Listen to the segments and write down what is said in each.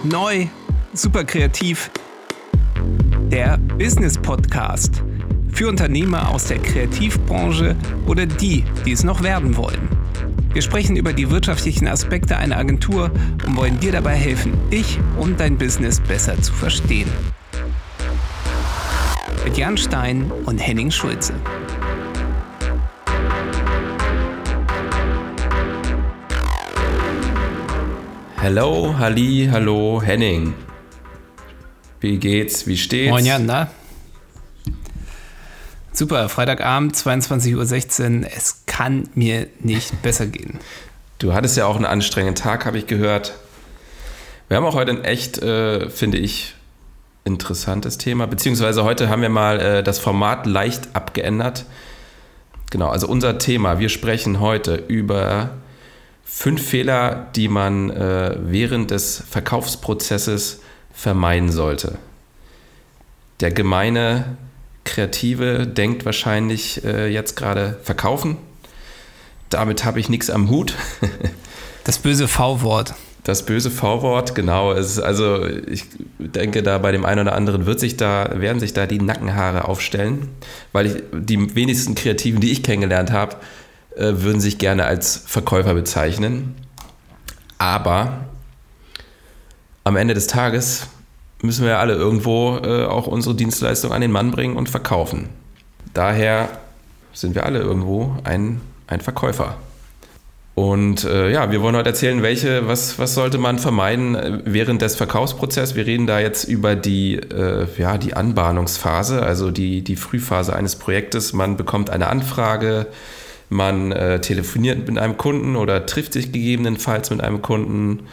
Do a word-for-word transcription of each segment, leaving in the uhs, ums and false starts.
neu, super kreativ. Der Business Podcast für Unternehmer aus der Kreativbranche oder die, die es noch werden wollen. Wir sprechen über die wirtschaftlichen Aspekte einer Agentur und wollen dir dabei helfen, dich und dein Business besser zu verstehen. Mit Jan Stein und Henning Schulze. Hallo, Halli, hallo, Henning. Wie geht's, wie steht's? Moin Jan, na? Super, Freitagabend, zweiundzwanzig Uhr sechzehn. Es kann mir nicht besser gehen. Du hattest ja auch einen anstrengenden Tag, habe ich gehört. Wir haben auch heute ein echt, äh, finde ich, interessantes Thema. Beziehungsweise heute haben wir mal äh, das Format leicht abgeändert. Genau, also unser Thema. Wir sprechen heute über fünf Fehler, die man äh, während des Verkaufsprozesses vermeiden sollte. Der gemeine Kreative denkt wahrscheinlich äh, jetzt gerade verkaufen. Damit habe ich nichts am Hut. Das böse V-Wort. Das böse V-Wort, genau. Es ist also, ich denke, da bei dem einen oder anderen wird sich da, werden sich da die Nackenhaare aufstellen, weil ich, die wenigsten Kreativen, die ich kennengelernt habe, äh, würden sich gerne als Verkäufer bezeichnen. Aber am Ende des Tages müssen wir ja alle irgendwo äh, auch unsere Dienstleistung an den Mann bringen und verkaufen. Daher sind wir alle irgendwo ein, ein Verkäufer. Und äh, ja, wir wollen heute erzählen, welche, was, was sollte man vermeiden während des Verkaufsprozesses. Wir reden da jetzt über die, äh, ja, die Anbahnungsphase, also die, die Frühphase eines Projektes. Man bekommt eine Anfrage, man äh, telefoniert mit einem Kunden oder trifft sich gegebenenfalls mit einem Kunden.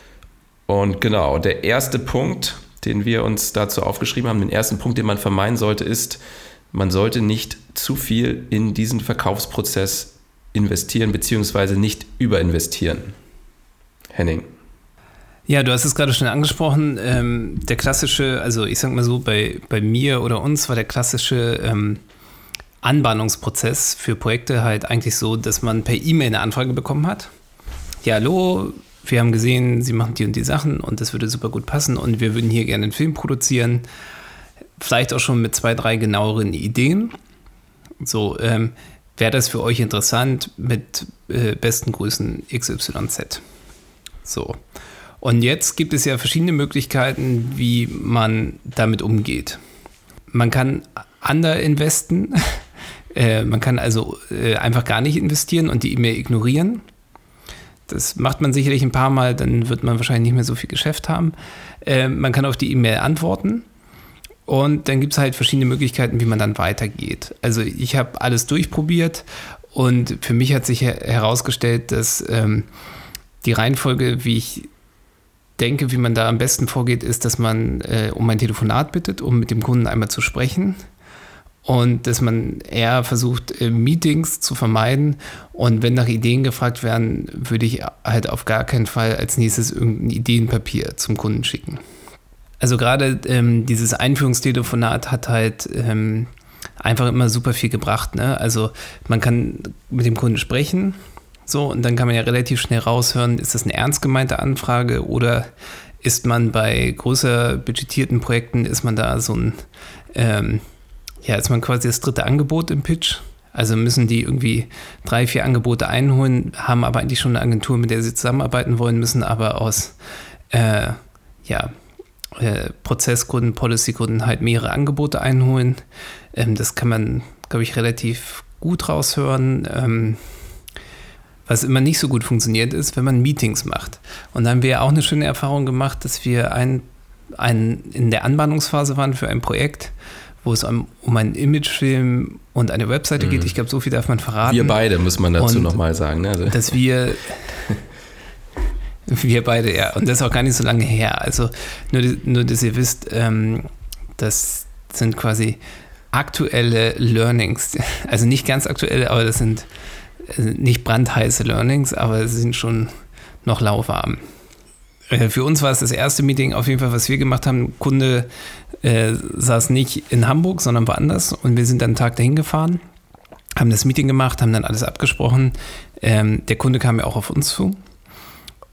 Und genau, der erste Punkt, den wir uns dazu aufgeschrieben haben, den ersten Punkt, den man vermeiden sollte, ist, man sollte nicht zu viel in diesen Verkaufsprozess investieren, beziehungsweise nicht überinvestieren. Henning. Ja, du hast es gerade schon angesprochen, ähm, der klassische, also ich sag mal so, bei, bei mir oder uns war der klassische ähm, Anbahnungsprozess für Projekte halt eigentlich so, dass man per E-Mail eine Anfrage bekommen hat. Ja, hallo, wir haben gesehen, Sie machen die und die Sachen und das würde super gut passen und wir würden hier gerne einen Film produzieren. Vielleicht auch schon mit zwei, drei genaueren Ideen. So, ähm, wäre das für euch interessant mit äh, besten Grüßen X Y Z. So. Und jetzt gibt es ja verschiedene Möglichkeiten, wie man damit umgeht. Man kann underinvesten. äh, man kann also äh, einfach gar nicht investieren und die E-Mail ignorieren. Das macht man sicherlich ein paar Mal, dann wird man wahrscheinlich nicht mehr so viel Geschäft haben. Äh, man kann auf die E-Mail antworten und dann gibt es halt verschiedene Möglichkeiten, wie man dann weitergeht. Also ich habe alles durchprobiert und für mich hat sich her- herausgestellt, dass ähm, die Reihenfolge, wie ich denke, wie man da am besten vorgeht, ist, dass man äh, um ein Telefonat bittet, um mit dem Kunden einmal zu sprechen. Und dass man eher versucht, Meetings zu vermeiden. Und wenn nach Ideen gefragt werden, würde ich halt auf gar keinen Fall als nächstes irgendein Ideenpapier zum Kunden schicken. Also gerade ähm, dieses Einführungstelefonat hat halt ähm, einfach immer super viel gebracht. Ne? Also man kann mit dem Kunden sprechen, so, und dann kann man ja relativ schnell raushören, ist das eine ernst gemeinte Anfrage oder ist man bei größer budgetierten Projekten, ist man da so ein... Ähm, Ja, ist man quasi das dritte Angebot im Pitch. Also müssen die irgendwie drei, vier Angebote einholen, haben aber eigentlich schon eine Agentur, mit der sie zusammenarbeiten wollen, müssen aber aus äh, ja, äh, Prozessgründen, Policygründen halt mehrere Angebote einholen. Ähm, das kann man, glaube ich, relativ gut raushören. Ähm, was immer nicht so gut funktioniert ist, wenn man Meetings macht. Und da haben wir ja auch eine schöne Erfahrung gemacht, dass wir ein, ein, in der Anbahnungsphase waren für ein Projekt, wo es um, um einen Imagefilm und eine Webseite mhm. geht. Ich glaube, so viel darf man verraten. Wir beide, muss man dazu nochmal sagen. Ne? Also. Dass wir, wir beide, ja, und das ist auch gar nicht so lange her. Also nur, nur dass ihr wisst, ähm, das sind quasi aktuelle Learnings. Also nicht ganz aktuelle, aber das sind nicht brandheiße Learnings, aber sie sind schon noch lauwarm. Für uns war es das erste Meeting, auf jeden Fall, was wir gemacht haben. Kunde äh, saß nicht in Hamburg, sondern woanders und wir sind dann einen Tag dahin gefahren, haben das Meeting gemacht, haben dann alles abgesprochen. Ähm, der Kunde kam ja auch auf uns zu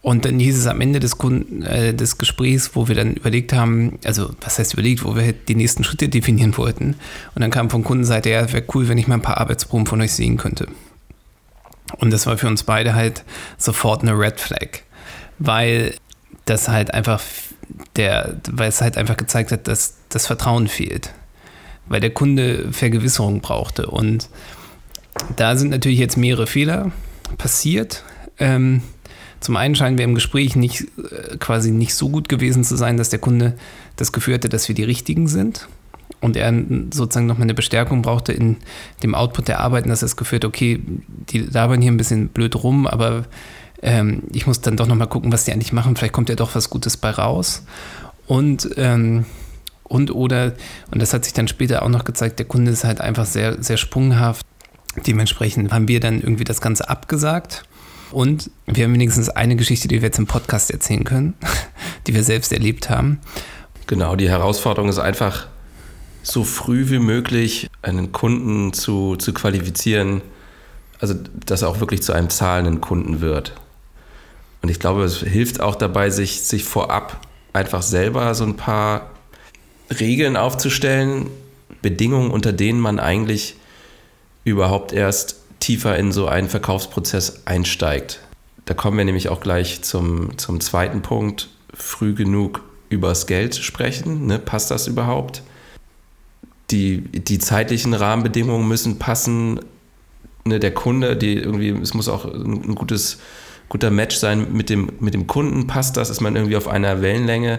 Und dann hieß es am Ende des, Kunden, äh, des Gesprächs, wo wir dann überlegt haben, also was heißt überlegt, wo wir halt die nächsten Schritte definieren wollten. Und dann kam von Kundenseite, ja, wäre cool, wenn ich mal ein paar Arbeitsproben von euch sehen könnte. Und das war für uns beide halt sofort eine Red Flag, weil das halt einfach der, weil es halt einfach gezeigt hat, dass das Vertrauen fehlt, weil der Kunde Vergewisserung brauchte. Und da sind natürlich jetzt mehrere Fehler passiert. Ähm, Zum einen scheinen wir im Gespräch nicht, quasi nicht so gut gewesen zu sein, dass der Kunde das Gefühl hatte, dass wir die Richtigen sind und er sozusagen nochmal eine Bestärkung brauchte in dem Output der Arbeiten, dass er das Gefühl hat, okay, die labern hier ein bisschen blöd rum, aber ähm, ich muss dann doch nochmal gucken, was die eigentlich machen, vielleicht kommt ja doch was Gutes bei raus. Und, ähm, und oder, und das hat sich dann später auch noch gezeigt, der Kunde ist halt einfach sehr, sehr sprunghaft. Dementsprechend haben wir dann irgendwie das Ganze abgesagt. Und wir haben wenigstens eine Geschichte, die wir jetzt im Podcast erzählen können, die wir selbst erlebt haben. Genau, die Herausforderung ist einfach, so früh wie möglich einen Kunden zu, zu qualifizieren, also dass er auch wirklich zu einem zahlenden Kunden wird. Und ich glaube, es hilft auch dabei, sich, sich vorab einfach selber so ein paar Regeln aufzustellen, Bedingungen, unter denen man eigentlich überhaupt erst tiefer in so einen Verkaufsprozess einsteigt. Da kommen wir nämlich auch gleich zum, zum zweiten Punkt, früh genug übers Geld sprechen. Ne? Passt das überhaupt? Die, die zeitlichen Rahmenbedingungen müssen passen. Ne? Der Kunde, die irgendwie, es muss auch ein gutes, guter Match sein mit dem, mit dem Kunden. Passt das? Ist man irgendwie auf einer Wellenlänge?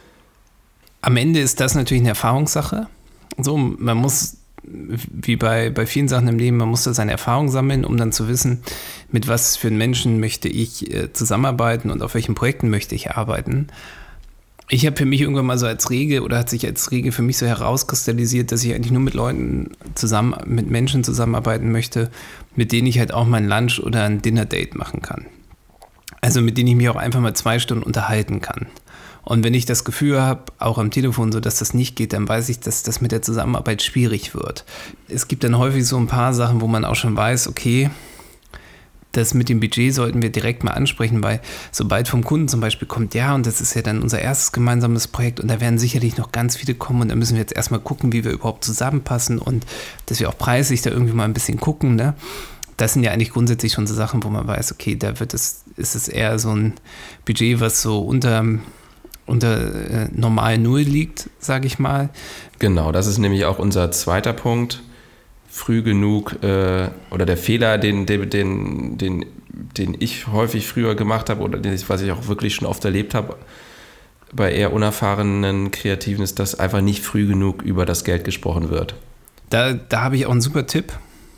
Am Ende ist das natürlich eine Erfahrungssache. So, man muss wie bei, bei vielen Sachen im Leben, man muss da seine Erfahrung sammeln, um dann zu wissen, mit was für einen Menschen möchte ich äh, zusammenarbeiten und auf welchen Projekten möchte ich arbeiten. Ich habe für mich irgendwann mal so als Regel oder hat sich als Regel für mich so herauskristallisiert, dass ich eigentlich nur mit Leuten zusammen, mit Menschen zusammenarbeiten möchte, mit denen ich halt auch mal ein Lunch oder ein Dinner-Date machen kann. Also mit denen ich mich auch einfach mal zwei Stunden unterhalten kann. Und wenn ich das Gefühl habe, auch am Telefon so, dass das nicht geht, dann weiß ich, dass das mit der Zusammenarbeit schwierig wird. Es gibt dann häufig so ein paar Sachen, wo man auch schon weiß, okay, das mit dem Budget sollten wir direkt mal ansprechen, weil sobald vom Kunden zum Beispiel kommt, ja, und das ist ja dann unser erstes gemeinsames Projekt und da werden sicherlich noch ganz viele kommen und da müssen wir jetzt erstmal gucken, wie wir überhaupt zusammenpassen und dass wir auch preislich da irgendwie mal ein bisschen gucken, ne? Das sind ja eigentlich grundsätzlich schon so Sachen, wo man weiß, okay, da wird es, ist es eher so ein Budget, was so unter unter äh, normal Null liegt, sage ich mal. Genau, das ist nämlich auch unser zweiter Punkt. Früh genug, äh, oder der Fehler, den, den, den, den, den ich häufig früher gemacht habe oder den, was ich auch wirklich schon oft erlebt habe, bei eher unerfahrenen Kreativen, ist, dass einfach nicht früh genug über das Geld gesprochen wird. Da, da habe ich auch einen super Tipp.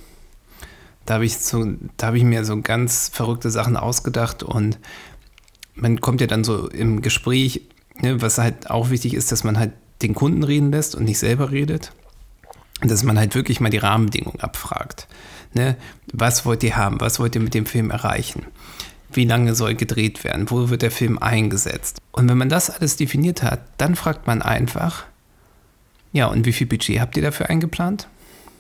Da habe ich, so, da habe ich mir so ganz verrückte Sachen ausgedacht und man kommt ja dann so im Gespräch, ne, was halt auch wichtig ist, dass man halt den Kunden reden lässt und nicht selber redet. Und dass man halt wirklich mal die Rahmenbedingungen abfragt. Ne? Was wollt ihr haben? Was wollt ihr mit dem Film erreichen? Wie lange soll gedreht werden? Wo wird der Film eingesetzt? Und wenn man das alles definiert hat, dann fragt man einfach, ja, und wie viel Budget habt ihr dafür eingeplant?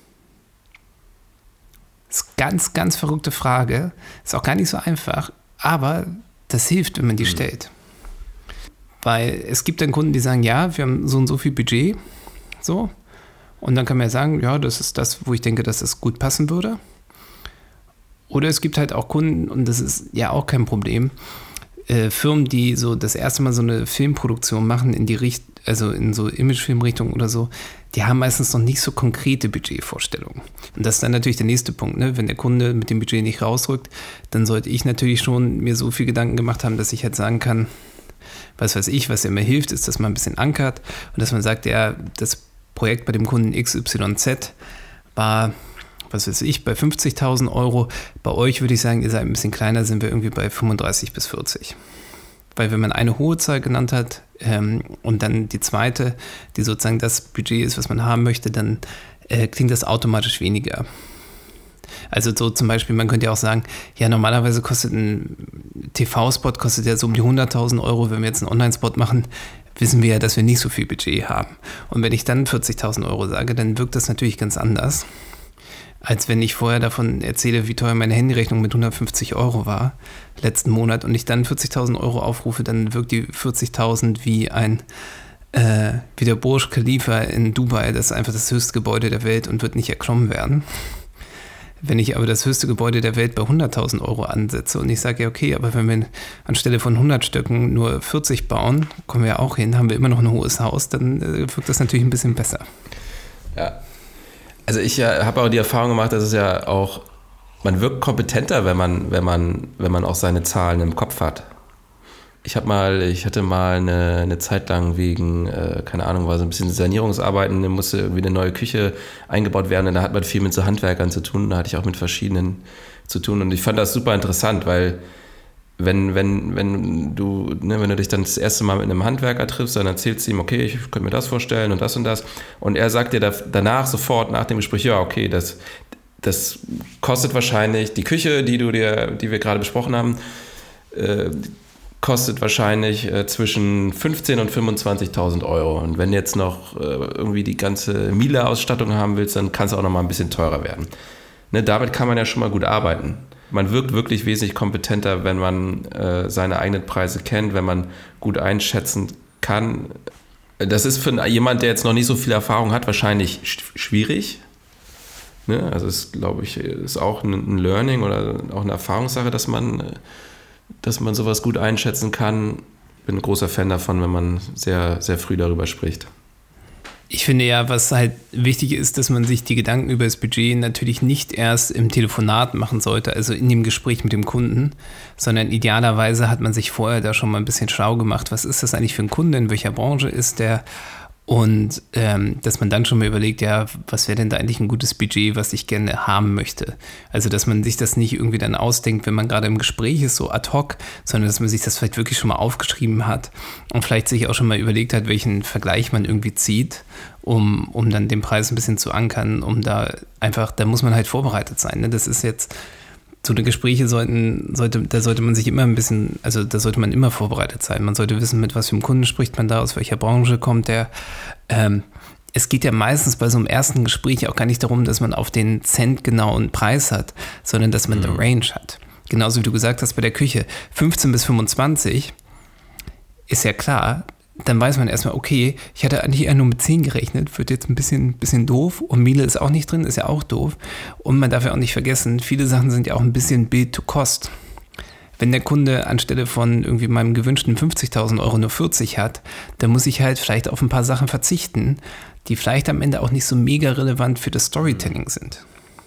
Das ist eine ganz, ganz verrückte Frage. Ist auch gar nicht so einfach, aber das hilft, wenn man die mhm. stellt. Weil es gibt dann Kunden, die sagen, ja, wir haben so und so viel Budget, so. Und dann kann man ja sagen, ja, das ist das, wo ich denke, dass das gut passen würde. Oder es gibt halt auch Kunden, und das ist ja auch kein Problem, äh, Firmen, die so das erste Mal so eine Filmproduktion machen in die Richt- also in so Imagefilmrichtung oder so, die haben meistens noch nicht so konkrete Budgetvorstellungen. Und das ist dann natürlich der nächste Punkt, ne? Wenn der Kunde mit dem Budget nicht rausrückt, dann sollte ich natürlich schon mir so viel Gedanken gemacht haben, dass ich halt sagen kann, was weiß ich, was ja immer hilft, ist, dass man ein bisschen ankert und dass man sagt, ja, das Projekt bei dem Kunden X Y Z war, was weiß ich, bei fünfzigtausend Euro. Bei euch würde ich sagen, ihr seid ein bisschen kleiner, sind wir irgendwie bei fünfunddreißig bis vierzig. Weil wenn man eine hohe Zahl genannt hat ähm, und dann die zweite, die sozusagen das Budget ist, was man haben möchte, dann äh, klingt das automatisch weniger. Also so zum Beispiel, man könnte ja auch sagen, ja, normalerweise kostet ein T V-Spot kostet ja so um die hunderttausend Euro. Wenn wir jetzt einen Online-Spot machen, wissen wir ja, dass wir nicht so viel Budget haben. Und wenn ich dann vierzigtausend Euro sage, dann wirkt das natürlich ganz anders. als wenn ich vorher davon erzähle, wie teuer meine Handyrechnung mit hundertfünfzig Euro war, letzten Monat, und ich dann vierzigtausend Euro aufrufe, dann wirkt die vierzigtausend wie ein, äh, wie der Burj Khalifa in Dubai, das ist einfach das höchste Gebäude der Welt und wird nicht erklommen werden. Wenn ich aber das höchste Gebäude der Welt bei hunderttausend Euro ansetze und ich sage, ja okay, aber wenn wir anstelle von hundert Stöcken nur vierzig bauen, kommen wir auch hin, haben wir immer noch ein hohes Haus, dann äh, wirkt das natürlich ein bisschen besser. Ja, also ich äh, habe auch die Erfahrung gemacht, dass es ja auch, man wirkt kompetenter, wenn man, wenn man, wenn man auch seine Zahlen im Kopf hat. Ich habe mal, ich hatte mal eine, eine Zeit lang wegen, äh, keine Ahnung, war so ein bisschen Sanierungsarbeiten, da musste irgendwie eine neue Küche eingebaut werden und da hat man viel mit so Handwerkern zu tun, da hatte ich auch mit verschiedenen zu tun und ich fand das super interessant, weil wenn, wenn, wenn du, ne, wenn du dich dann das erste Mal mit einem Handwerker triffst, dann erzählst du ihm, okay, ich könnte mir das vorstellen und das und das und er sagt dir da, danach sofort, nach dem Gespräch, ja, okay, das, das kostet wahrscheinlich die Küche, die du dir, die wir gerade besprochen haben, äh, kostet wahrscheinlich äh, zwischen fünfzehntausend und fünfundzwanzigtausend Euro. Und wenn du jetzt noch äh, irgendwie die ganze Miele-Ausstattung haben willst, dann kann es auch noch mal ein bisschen teurer werden. Ne, damit kann man ja schon mal gut arbeiten. Man wirkt wirklich wesentlich kompetenter, wenn man äh, seine eigenen Preise kennt, wenn man gut einschätzen kann. Das ist für jemand, der jetzt noch nicht so viel Erfahrung hat, wahrscheinlich sch- schwierig. Ne? Also es, glaube ich, ist auch ein, ein Learning oder auch eine Erfahrungssache, dass man... Äh, dass man sowas gut einschätzen kann. Ich bin ein großer Fan davon, wenn man sehr, sehr früh darüber spricht. Ich finde ja, was halt wichtig ist, dass man sich die Gedanken über das Budget natürlich nicht erst im Telefonat machen sollte, also in dem Gespräch mit dem Kunden, sondern idealerweise hat man sich vorher da schon mal ein bisschen schlau gemacht, was ist das eigentlich für ein Kunde, in welcher Branche ist der, und ähm, dass man dann schon mal überlegt, ja, was wäre denn da eigentlich ein gutes Budget, was ich gerne haben möchte. Also, dass man sich das nicht irgendwie dann ausdenkt, wenn man gerade im Gespräch ist, so ad hoc, sondern dass man sich das vielleicht wirklich schon mal aufgeschrieben hat und vielleicht sich auch schon mal überlegt hat, welchen Vergleich man irgendwie zieht, um, um dann den Preis ein bisschen zu ankern, um da einfach, da muss man halt vorbereitet sein. Ne? Das ist jetzt... So eine Gespräche sollten, sollte, da sollte man sich immer ein bisschen, also da sollte man immer vorbereitet sein. Man sollte wissen, mit was für einem Kunden spricht man da, aus welcher Branche kommt der. Ähm, es geht ja meistens bei so einem ersten Gespräch auch gar nicht darum, dass man auf den Cent genauen Preis hat, sondern dass man mhm. eine Range hat. Genauso wie du gesagt hast bei der Küche. fünfzehn bis fünfundzwanzig ist ja klar. Dann weiß man erstmal, okay, ich hatte eigentlich eher nur mit zehn gerechnet, wird jetzt ein bisschen, bisschen doof und Miele ist auch nicht drin, ist ja auch doof. Und man darf ja auch nicht vergessen, viele Sachen sind ja auch ein bisschen Build to Cost. Wenn der Kunde anstelle von irgendwie meinem gewünschten fünfzigtausend Euro nur vierzig hat, dann muss ich halt vielleicht auf ein paar Sachen verzichten, die vielleicht am Ende auch nicht so mega relevant für das Storytelling sind.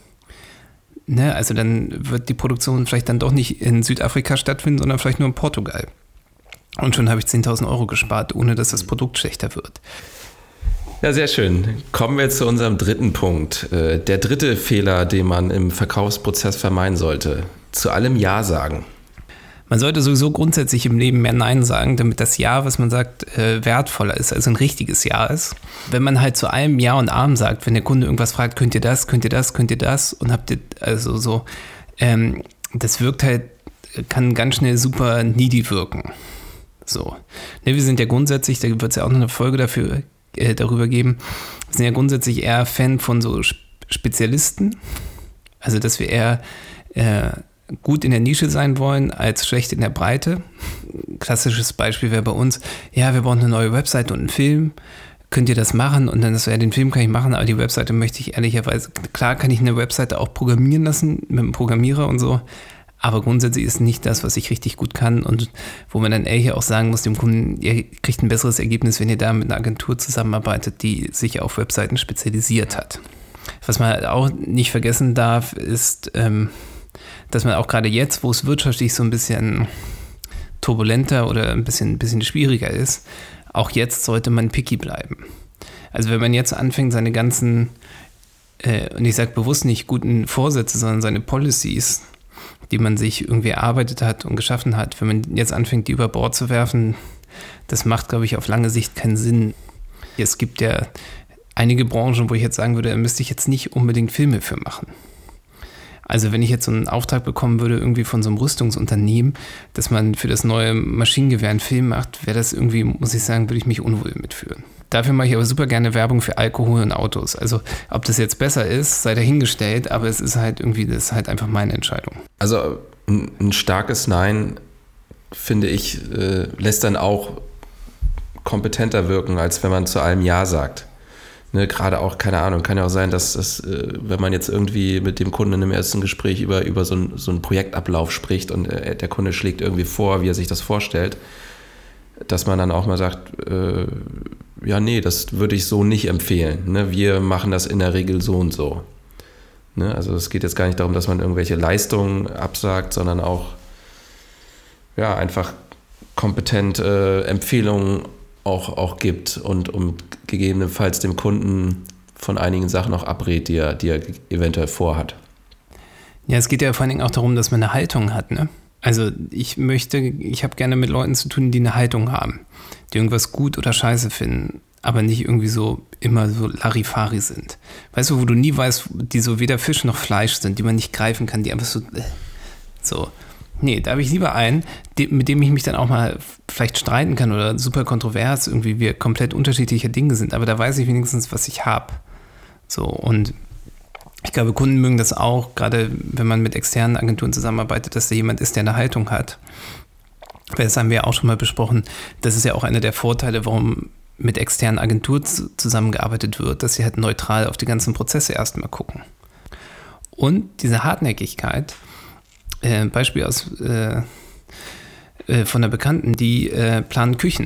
Ne? Also dann wird die Produktion vielleicht dann doch nicht in Südafrika stattfinden, sondern vielleicht nur in Portugal. Und schon habe ich zehntausend Euro gespart, ohne dass das Produkt schlechter wird. Ja, sehr schön. Kommen wir zu unserem dritten Punkt. Der dritte Fehler, den man im Verkaufsprozess vermeiden sollte. Zu allem Ja sagen. Man sollte sowieso grundsätzlich im Leben mehr Nein sagen, damit das Ja, was man sagt, wertvoller ist, also ein richtiges Ja ist. Wenn man halt zu allem Ja und Amen sagt, wenn der Kunde irgendwas fragt, könnt ihr das, könnt ihr das, könnt ihr das und habt ihr, also so, ähm, das wirkt halt, kann ganz schnell super needy wirken. So. Ne, wir sind ja grundsätzlich, da wird es ja auch noch eine Folge dafür, äh, darüber geben, wir sind ja grundsätzlich eher Fan von so Spezialisten, also dass wir eher äh, gut in der Nische sein wollen, als schlecht in der Breite. Klassisches Beispiel wäre bei uns, ja, wir brauchen eine neue Webseite und einen Film, könnt ihr das machen? Und dann ist ja, den Film kann ich machen, aber die Webseite möchte ich ehrlicherweise, klar kann ich eine Webseite auch programmieren lassen, mit einem Programmierer und so, aber grundsätzlich ist nicht das, was ich richtig gut kann und wo man dann ehrlich auch sagen muss dem Kunden, ihr kriegt ein besseres Ergebnis, wenn ihr da mit einer Agentur zusammenarbeitet, die sich auf Webseiten spezialisiert hat. Was man auch nicht vergessen darf, ist, ähm, dass man auch gerade jetzt, wo es wirtschaftlich so ein bisschen turbulenter oder ein bisschen, ein bisschen schwieriger ist, auch jetzt sollte man picky bleiben. Also wenn man jetzt anfängt, seine ganzen, äh, und ich sage bewusst nicht guten Vorsätze, sondern seine Policies, die man sich irgendwie erarbeitet hat und geschaffen hat, wenn man jetzt anfängt, die über Bord zu werfen, das macht, glaube ich, auf lange Sicht keinen Sinn. Es gibt ja einige Branchen, wo ich jetzt sagen würde, da müsste ich jetzt nicht unbedingt Filme für machen. Also wenn ich jetzt so einen Auftrag bekommen würde, irgendwie von so einem Rüstungsunternehmen, dass man für das neue Maschinengewehr einen Film macht, wäre das irgendwie, muss ich sagen, würde ich mich unwohl mitfühlen. Dafür mache ich aber super gerne Werbung für Alkohol und Autos. Also ob das jetzt besser ist, sei dahingestellt, aber es ist halt irgendwie, das ist halt einfach meine Entscheidung. Also ein, ein starkes Nein, finde ich, äh, lässt dann auch kompetenter wirken, als wenn man zu allem Ja sagt. Ne, gerade auch, keine Ahnung, kann ja auch sein, dass das, äh, wenn man jetzt irgendwie mit dem Kunden in einem ersten Gespräch über, über so, ein, so einen Projektablauf spricht und äh, der Kunde schlägt irgendwie vor, wie er sich das vorstellt, dass man dann auch mal sagt, äh, ja, nee, das würde ich so nicht empfehlen. Ne? Wir machen das in der Regel so und so. Ne? Also es geht jetzt gar nicht darum, dass man irgendwelche Leistungen absagt, sondern auch ja, einfach kompetent äh, Empfehlungen auch, auch gibt und um gegebenenfalls dem Kunden von einigen Sachen auch abrät, die er, die er eventuell vorhat. Ja, es geht ja vor allen Dingen auch darum, dass man eine Haltung hat, ne? Also ich möchte, ich habe gerne mit Leuten zu tun, die eine Haltung haben, die irgendwas gut oder scheiße finden, aber nicht irgendwie so immer so Larifari sind. Weißt du, wo du nie weißt, die so weder Fisch noch Fleisch sind, die man nicht greifen kann, die einfach so, so. Nee, da habe ich lieber einen, mit dem ich mich dann auch mal vielleicht streiten kann oder super kontrovers, irgendwie wir komplett unterschiedliche Dinge sind, aber da weiß ich wenigstens, was ich habe. So, und ich glaube, Kunden mögen das auch, gerade wenn man mit externen Agenturen zusammenarbeitet, dass da jemand ist, der eine Haltung hat. Weil das haben wir ja auch schon mal besprochen. Das ist ja auch einer der Vorteile, warum mit externen Agenturen zusammengearbeitet wird, dass sie halt neutral auf die ganzen Prozesse erstmal gucken. Und diese Hartnäckigkeit, äh, Beispiel aus äh, äh, von einer Bekannten, die äh, planen Küchen.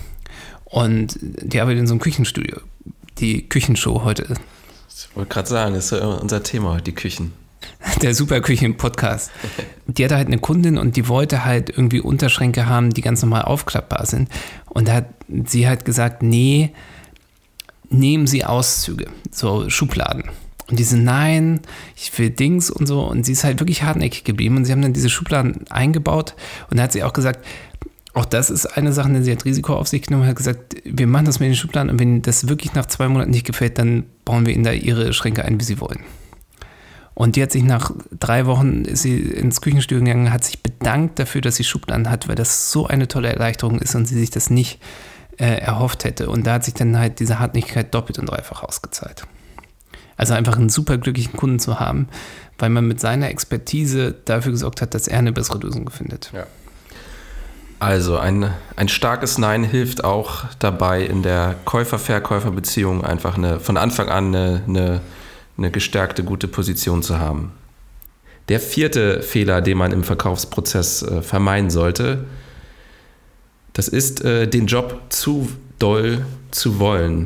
Und die arbeitet in so einem Küchenstudio. Die Küchenshow heute. Ich wollte gerade sagen, das ist ja unser Thema, die Küchen. Der Superküchen-Podcast. Die hatte halt eine Kundin und die wollte halt irgendwie Unterschränke haben, die ganz normal aufklappbar sind. Und da hat sie halt gesagt, nee, nehmen Sie Auszüge, so Schubladen. Und die sind, nein, ich will Dings und so. Und sie ist halt wirklich hartnäckig geblieben. Und sie haben dann diese Schubladen eingebaut. Und da hat sie auch gesagt, auch das ist eine Sache, die sie hat Risiko auf sich genommen, hat gesagt, wir machen das mit den Schubladen und wenn das wirklich nach zwei Monaten nicht gefällt, dann bauen wir ihnen da ihre Schränke ein, wie sie wollen. Und die hat sich nach drei Wochen ist sie ins Küchenstudio gegangen, hat sich bedankt dafür, dass sie Schubladen hat, weil das so eine tolle Erleichterung ist und sie sich das nicht äh, erhofft hätte. Und da hat sich dann halt diese Hartnäckigkeit doppelt und dreifach ausgezahlt. Also einfach einen super glücklichen Kunden zu haben, weil man mit seiner Expertise dafür gesorgt hat, dass er eine bessere Lösung findet. Ja. Also ein, ein starkes Nein hilft auch dabei, in der Käufer-Verkäufer-Beziehung einfach eine, von Anfang an eine, eine, eine gestärkte, gute Position zu haben. Der vierte Fehler, den man im Verkaufsprozess äh, vermeiden sollte, das ist, äh, den Job zu doll zu wollen.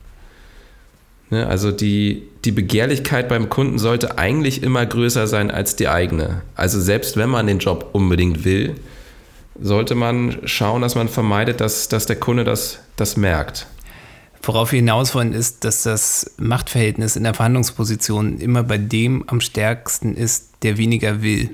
Ne, also die, die Begehrlichkeit beim Kunden sollte eigentlich immer größer sein als die eigene. Also selbst wenn man den Job unbedingt will, sollte man schauen, dass man vermeidet, dass, dass der Kunde das, das merkt. Worauf wir hinaus wollen, ist, dass das Machtverhältnis in der Verhandlungsposition immer bei dem am stärksten ist, der weniger will.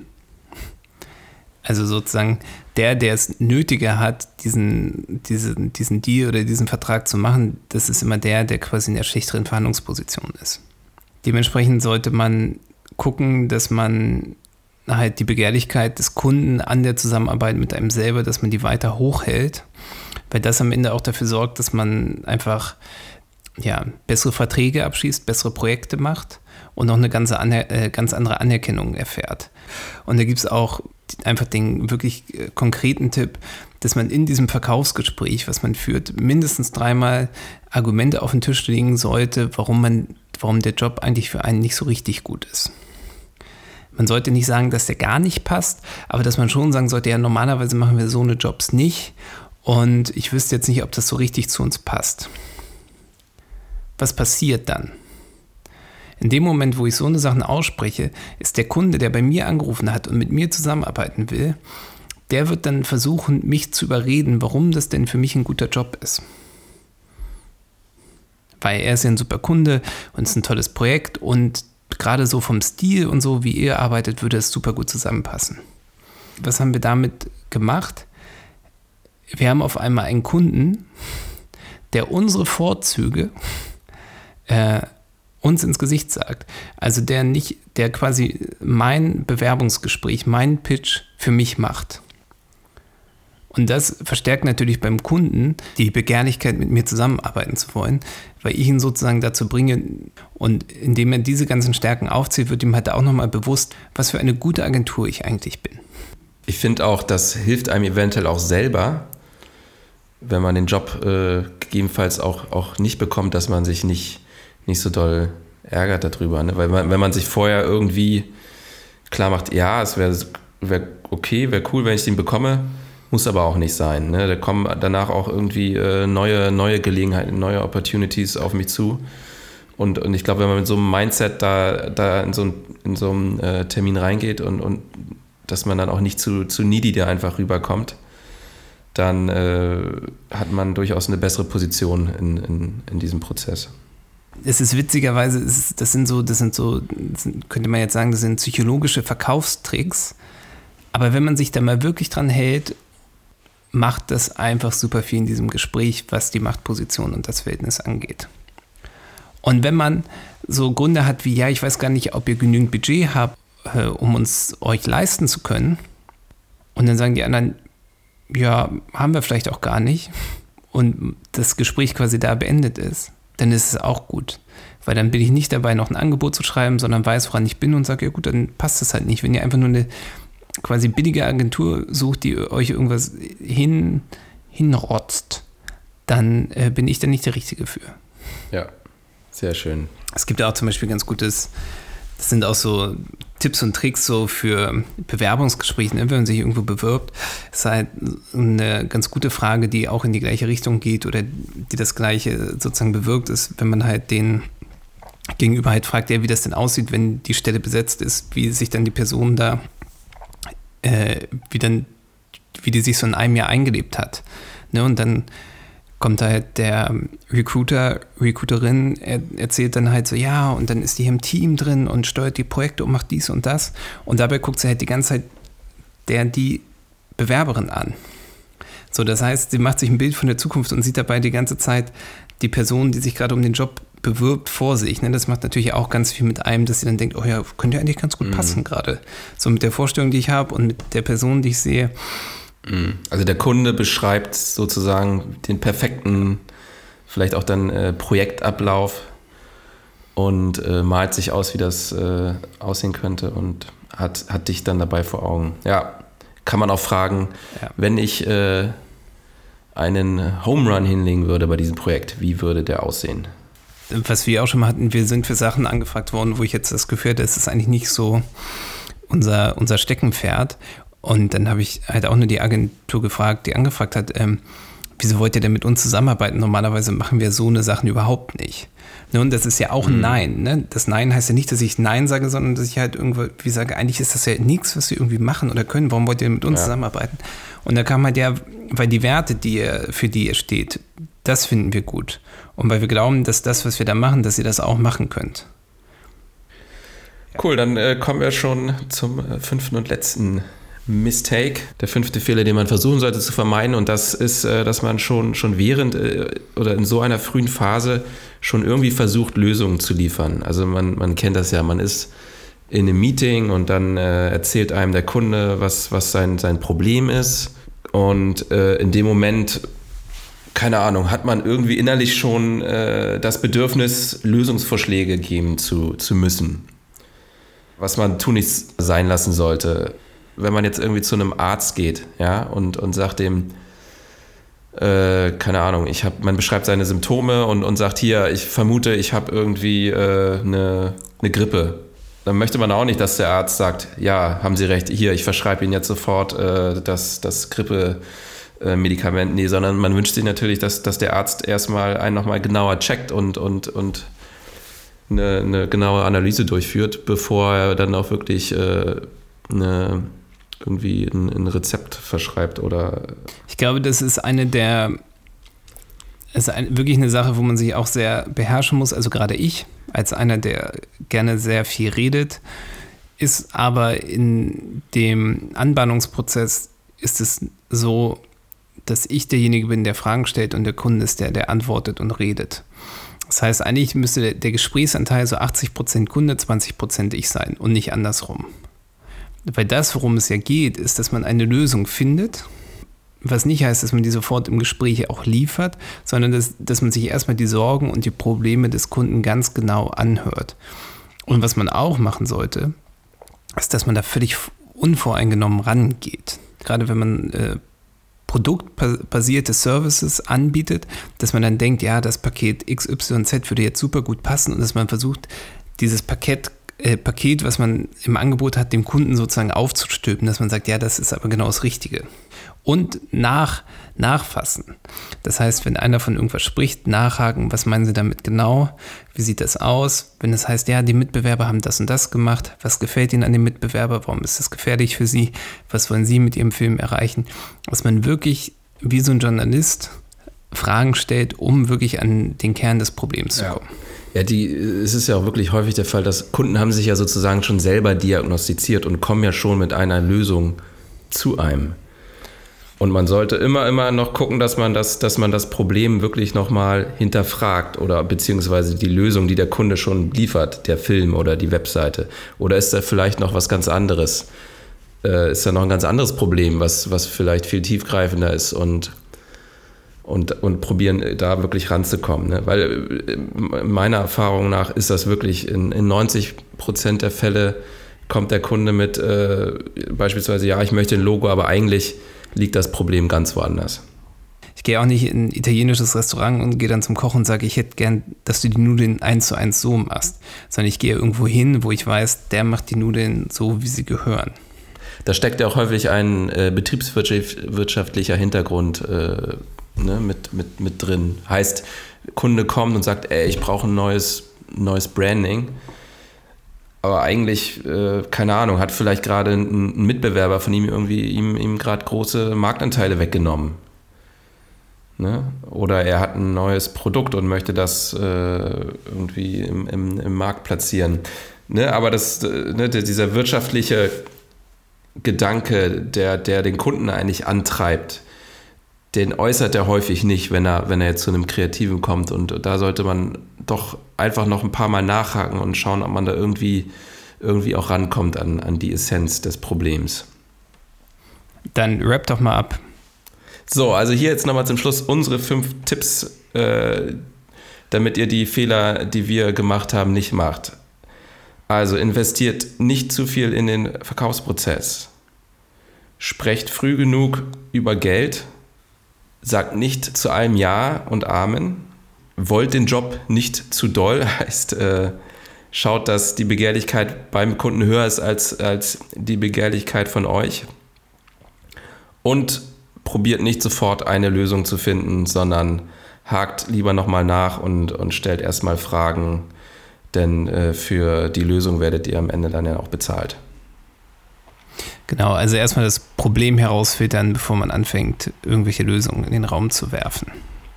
Also sozusagen der, der es nötiger hat, diesen, diesen, diesen Deal oder diesen Vertrag zu machen, das ist immer der, der quasi in der schlechteren Verhandlungsposition ist. Dementsprechend sollte man gucken, dass man halt die Begehrlichkeit des Kunden an der Zusammenarbeit mit einem selber, dass man die weiter hochhält, weil das am Ende auch dafür sorgt, dass man einfach ja, bessere Verträge abschließt, bessere Projekte macht und auch eine ganz, aner- äh, ganz andere Anerkennung erfährt. Und da gibt es auch einfach den wirklich äh, konkreten Tipp, dass man in diesem Verkaufsgespräch, was man führt, mindestens dreimal Argumente auf den Tisch legen sollte, warum man, warum der Job eigentlich für einen nicht so richtig gut ist. Man sollte nicht sagen, dass der gar nicht passt, aber dass man schon sagen sollte, ja, normalerweise machen wir so eine Jobs nicht und ich wüsste jetzt nicht, ob das so richtig zu uns passt. Was passiert dann? In dem Moment, wo ich so eine Sachen ausspreche, ist der Kunde, der bei mir angerufen hat und mit mir zusammenarbeiten will, der wird dann versuchen, mich zu überreden, warum das denn für mich ein guter Job ist. Weil er ist ja ein super Kunde und es ist ein tolles Projekt und gerade so vom Stil und so, wie ihr arbeitet, würde es super gut zusammenpassen. Was haben wir damit gemacht? Wir haben auf einmal einen Kunden, der unsere Vorzüge äh, uns ins Gesicht sagt. Also der nicht, der quasi mein Bewerbungsgespräch, meinen Pitch für mich macht. Und das verstärkt natürlich beim Kunden die Begehrlichkeit, mit mir zusammenarbeiten zu wollen, weil ich ihn sozusagen dazu bringe. Und indem er diese ganzen Stärken aufzählt, wird ihm halt auch nochmal bewusst, was für eine gute Agentur ich eigentlich bin. Ich finde auch, das hilft einem eventuell auch selber, wenn man den Job äh, gegebenenfalls auch, auch nicht bekommt, dass man sich nicht, nicht so doll ärgert darüber. Ne? Weil man, wenn man sich vorher irgendwie klar macht, ja, es wäre wär okay, wäre cool, wenn ich den bekomme, muss aber auch nicht sein. Ne? Da kommen danach auch irgendwie äh, neue, neue Gelegenheiten, neue Opportunities auf mich zu. Und, und ich glaube, wenn man mit so einem Mindset da, da in so, ein, in so einen äh, Termin reingeht und, und dass man dann auch nicht zu, zu needy da einfach rüberkommt, dann äh, hat man durchaus eine bessere Position in, in, in diesem Prozess. Es ist witzigerweise, es ist, das sind so, das sind so, das sind, könnte man jetzt sagen, das sind psychologische Verkaufstricks. Aber wenn man sich da mal wirklich dran hält, macht das einfach super viel in diesem Gespräch, was die Machtposition und das Verhältnis angeht. Und wenn man so Gründe hat wie, ja, ich weiß gar nicht, ob ihr genügend Budget habt, äh, um uns euch leisten zu können, und dann sagen die anderen, ja, haben wir vielleicht auch gar nicht, und das Gespräch quasi da beendet ist, dann ist es auch gut. Weil dann bin ich nicht dabei, noch ein Angebot zu schreiben, sondern weiß, woran ich bin und sage, ja gut, dann passt das halt nicht. Wenn ihr einfach nur eine quasi billige Agentur sucht, die euch irgendwas hin, hinrotzt, dann äh, bin ich da nicht der Richtige für. Ja, sehr schön. Es gibt ja auch zum Beispiel ganz gutes, das sind auch so Tipps und Tricks so für Bewerbungsgespräche, ne? Wenn man sich irgendwo bewirbt, ist halt eine ganz gute Frage, die auch in die gleiche Richtung geht oder die das Gleiche sozusagen bewirkt, ist, wenn man halt den Gegenüber halt fragt, ja, wie das denn aussieht, wenn die Stelle besetzt ist, wie sich dann die Person da Äh, wie dann, wie die sich so in einem Jahr eingelebt hat. Ne? Und dann kommt halt der Recruiter, Recruiterin, er, erzählt dann halt so, ja, und dann ist die hier im Team drin und steuert die Projekte und macht dies und das. Und dabei guckt sie halt die ganze Zeit der, die Bewerberin an. So, das heißt, sie macht sich ein Bild von der Zukunft und sieht dabei die ganze Zeit die Person, die sich gerade um den Job bewirbt, vor sich. Ne? Das macht natürlich auch ganz viel mit einem, dass sie dann denkt, oh ja, könnte ja eigentlich ganz gut passen mhm. gerade. So mit der Vorstellung, die ich habe und mit der Person, die ich sehe. Also der Kunde beschreibt sozusagen den perfekten, vielleicht auch dann äh, Projektablauf und äh, malt sich aus, wie das äh, aussehen könnte und hat, hat dich dann dabei vor Augen. Ja, kann man auch fragen, ja. Wenn ich äh, einen Home Run hinlegen würde bei diesem Projekt, wie würde der aussehen? Was wir auch schon mal hatten, wir sind für Sachen angefragt worden, wo ich jetzt das Gefühl hatte, das ist eigentlich nicht so unser, unser Steckenpferd. Und dann habe ich halt auch nur die Agentur gefragt, die angefragt hat, ähm, wieso wollt ihr denn mit uns zusammenarbeiten? Normalerweise machen wir so eine Sachen überhaupt nicht. Ne, und das ist ja auch ein Nein. Ne? Das Nein heißt ja nicht, dass ich Nein sage, sondern dass ich halt irgendwie sage, eigentlich ist das ja nichts, was wir irgendwie machen oder können. Warum wollt ihr mit uns ja. zusammenarbeiten? Und da kam halt ja, weil die Werte, die ihr, für die ihr steht, das finden wir gut. Und weil wir glauben, dass das, was wir da machen, dass ihr das auch machen könnt. Cool, dann äh, kommen wir schon zum äh, fünften und letzten Mistake. Der fünfte Fehler, den man versuchen sollte zu vermeiden. Und das ist, äh, dass man schon, schon während äh, oder in so einer frühen Phase schon irgendwie versucht, Lösungen zu liefern. Also man, man kennt das ja, man ist in einem Meeting und dann äh, erzählt einem der Kunde, was, was sein, sein Problem ist. Und äh, in dem Moment, keine Ahnung, hat man irgendwie innerlich schon äh, das Bedürfnis, Lösungsvorschläge geben zu, zu müssen. Was man tunlichst sein lassen sollte. Wenn man jetzt irgendwie zu einem Arzt geht, ja, und, und sagt dem, äh, keine Ahnung, ich hab, man beschreibt seine Symptome und, und sagt, hier, ich vermute, ich habe irgendwie äh, eine, eine Grippe. Dann möchte man auch nicht, dass der Arzt sagt, ja, haben Sie recht, hier, ich verschreibe Ihnen jetzt sofort äh, das, das Grippe-Medikament. Nee, sondern man wünscht sich natürlich, dass, dass der Arzt erstmal einen nochmal genauer checkt und, und, und eine, eine genaue Analyse durchführt, bevor er dann auch wirklich äh, eine, irgendwie ein, ein Rezept verschreibt oder. Ich glaube, das ist eine der, ist ein, wirklich eine Sache, wo man sich auch sehr beherrschen muss. Also gerade ich, als einer, der gerne sehr viel redet, ist aber in dem Anbahnungsprozess ist es so, dass ich derjenige bin, der Fragen stellt und der Kunde ist der, der antwortet und redet. Das heißt, eigentlich müsste der, der Gesprächsanteil so achtzig Prozent Kunde, zwanzig Prozent ich sein und nicht andersrum. Weil das, worum es ja geht, ist, dass man eine Lösung findet, Was nicht heißt, dass man die sofort im Gespräch auch liefert, sondern dass, dass man sich erstmal die Sorgen und die Probleme des Kunden ganz genau anhört. Und was man auch machen sollte, ist, dass man da völlig unvoreingenommen rangeht. Gerade wenn man äh, produktbasierte Services anbietet, dass man dann denkt, ja, das Paket X Y Z würde jetzt super gut passen und dass man versucht, dieses Paket Äh, Paket, was man im Angebot hat, dem Kunden sozusagen aufzustülpen, dass man sagt, ja, das ist aber genau das Richtige. Und nach, nachfassen. Das heißt, wenn einer von irgendwas spricht, nachhaken, was meinen Sie damit genau? Wie sieht das aus? Wenn es heißt, ja, die Mitbewerber haben das und das gemacht, was gefällt Ihnen an dem Mitbewerber? Warum ist das gefährlich für Sie? Was wollen Sie mit Ihrem Film erreichen? Dass man wirklich wie so ein Journalist Fragen stellt, um wirklich an den Kern des Problems zu kommen. Ja. Ja, die, es ist ja auch wirklich häufig der Fall, dass Kunden haben sich ja sozusagen schon selber diagnostiziert und kommen ja schon mit einer Lösung zu einem. Und man sollte immer, immer noch gucken, dass man das, dass man das Problem wirklich nochmal hinterfragt oder beziehungsweise die Lösung, die der Kunde schon liefert, der Film oder die Webseite. Oder ist da vielleicht noch was ganz anderes? Äh, ist da noch ein ganz anderes Problem, was, was vielleicht viel tiefgreifender ist und Und, und probieren, da wirklich ranzukommen. Ne? Weil meiner Erfahrung nach ist das wirklich in, in neunzig Prozent der Fälle kommt der Kunde mit äh, beispielsweise, ja, ich möchte ein Logo, aber eigentlich liegt das Problem ganz woanders. Ich gehe auch nicht in ein italienisches Restaurant und gehe dann zum Koch und sage, ich hätte gern, dass du die Nudeln eins zu eins so machst. Sondern ich gehe irgendwo hin, wo ich weiß, der macht die Nudeln so, wie sie gehören. Da steckt ja auch häufig ein äh, betriebswirtschaftlicher Hintergrund äh, Ne, mit, mit, mit drin. Heißt, Kunde kommt und sagt, ey, ich brauche ein neues, neues Branding. Aber eigentlich, äh, keine Ahnung, hat vielleicht gerade ein, ein Mitbewerber von ihm irgendwie ihm, ihm gerade große Marktanteile weggenommen. Ne? Oder er hat ein neues Produkt und möchte das äh, irgendwie im, im, im Markt platzieren. Ne? Aber das, ne, dieser wirtschaftliche Gedanke, der, der den Kunden eigentlich antreibt, den äußert er häufig nicht, wenn er, wenn er jetzt zu einem Kreativen kommt. Und da sollte man doch einfach noch ein paar Mal nachhaken und schauen, ob man da irgendwie, irgendwie auch rankommt an, an die Essenz des Problems. Dann wrap doch mal ab. So, also hier jetzt nochmal zum Schluss unsere fünf Tipps, äh, damit ihr die Fehler, die wir gemacht haben, nicht macht. Also investiert nicht zu viel in den Verkaufsprozess. Sprecht früh genug über Geld. Sagt nicht zu allem Ja und Amen. Wollt den Job nicht zu doll, heißt, äh, schaut, dass die Begehrlichkeit beim Kunden höher ist als, als die Begehrlichkeit von euch. Und probiert nicht sofort eine Lösung zu finden, sondern hakt lieber nochmal nach und, und stellt erstmal Fragen, denn äh, für die Lösung werdet ihr am Ende dann ja auch bezahlt. Genau, also erstmal das Problem herausfiltern, bevor man anfängt, irgendwelche Lösungen in den Raum zu werfen.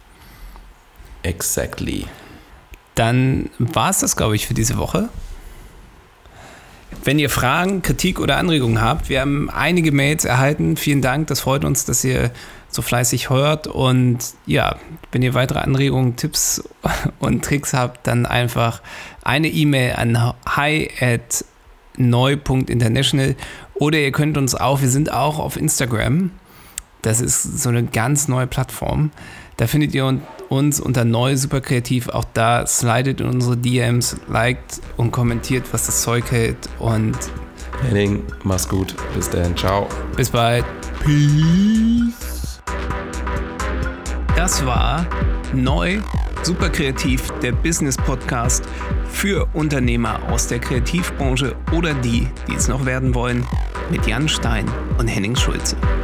Exactly. Dann war es das, glaube ich, für diese Woche. Wenn ihr Fragen, Kritik oder Anregungen habt, wir haben einige Mails erhalten. Vielen Dank, das freut uns, dass ihr so fleißig hört. Und ja, wenn ihr weitere Anregungen, Tipps und Tricks habt, dann einfach eine E-Mail an hi at neu punkt international. Oder ihr könnt uns auch, wir sind auch auf Instagram. Das ist so eine ganz neue Plattform. Da findet ihr uns unter neu super kreativ. Auch da slidet in unsere D Ms, liked und kommentiert, was das Zeug hält. Und Henning, mach's gut. Bis dann. Ciao. Bis bald. Peace. Das war Neu super kreativ, der Business-Podcast für Unternehmer aus der Kreativbranche oder die, die es noch werden wollen, mit Jan Stein und Henning Schulze.